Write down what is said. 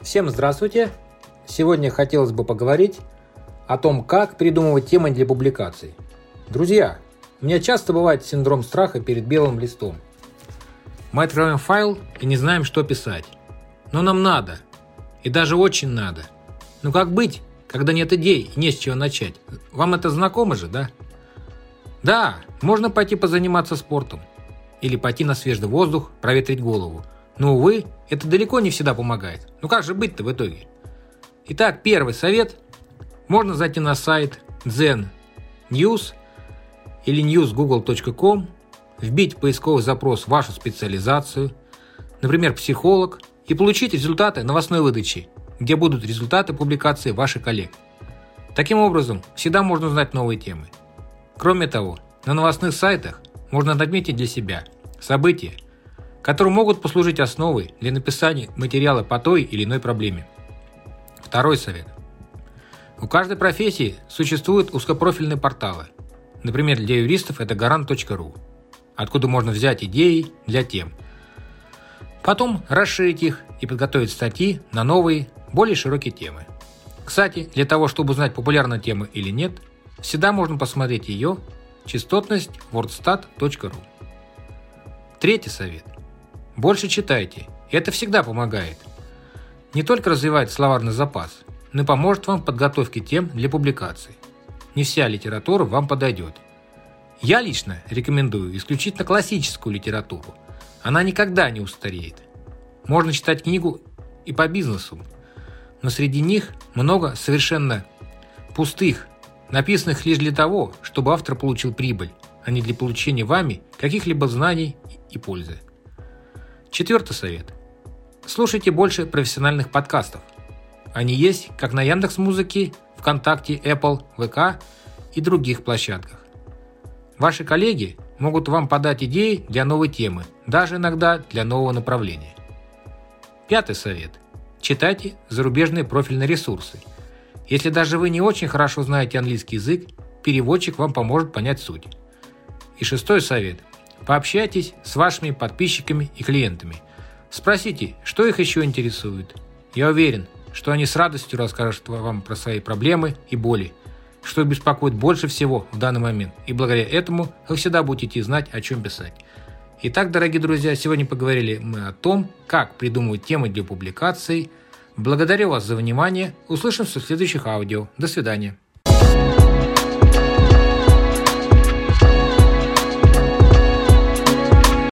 Всем здравствуйте! Сегодня хотелось бы поговорить о том, как придумывать темы для публикаций. Друзья, у меня часто бывает синдром страха перед белым листом. Мы открываем файл и не знаем, что писать. Но нам надо. И даже очень надо. Но как быть, когда нет идей и не с чего начать? Вам это знакомо же, да? Да, можно пойти позаниматься спортом. Или пойти на свежий воздух, проветрить голову. Но, увы, это далеко не всегда помогает. Ну как же быть-то в итоге? Итак, первый совет. Можно зайти на сайт Zen News или newsgoogle.com, вбить в поисковый запрос вашу специализацию, например, психолог, и получить результаты новостной выдачи, где будут результаты публикации ваших коллег. Таким образом, всегда можно узнать новые темы. Кроме того, на новостных сайтах можно отметить для себя события, которые могут послужить основой для написания материала по той или иной проблеме. Второй совет. У каждой профессии существуют узкопрофильные порталы. Например, для юристов это garant.ru, откуда можно взять идеи для тем. Потом расширить их и подготовить статьи на новые, более широкие темы. Кстати, для того, чтобы узнать, популярна тема или нет, всегда можно посмотреть ее частотность wordstat.ru. Третий совет. Больше читайте, и это всегда помогает. Не только развивает словарный запас, но и поможет вам в подготовке тем для публикаций. Не вся литература вам подойдет. Я лично рекомендую исключительно классическую литературу. Она никогда не устареет. Можно читать книгу и по бизнесу, но среди них много совершенно пустых, написанных лишь для того, чтобы автор получил прибыль, а не для получения вами каких-либо знаний и пользы. Четвертый совет. Слушайте больше профессиональных подкастов. Они есть как на Яндекс.Музыке, ВКонтакте, Apple, ВК и других площадках. Ваши коллеги могут вам подать идеи для новой темы, даже иногда для нового направления. Пятый совет. Читайте зарубежные профильные ресурсы. Если даже вы не очень хорошо знаете английский язык, переводчик вам поможет понять суть. И шестой совет. Пообщайтесь с вашими подписчиками и клиентами. Спросите, что их еще интересует. Я уверен, что они с радостью расскажут вам про свои проблемы и боли, что их беспокоит больше всего в данный момент. И благодаря этому вы всегда будете знать, о чем писать. Итак, дорогие друзья, сегодня поговорили мы о том, как придумывать темы для публикаций. Благодарю вас за внимание. Услышимся в следующих аудио. До свидания.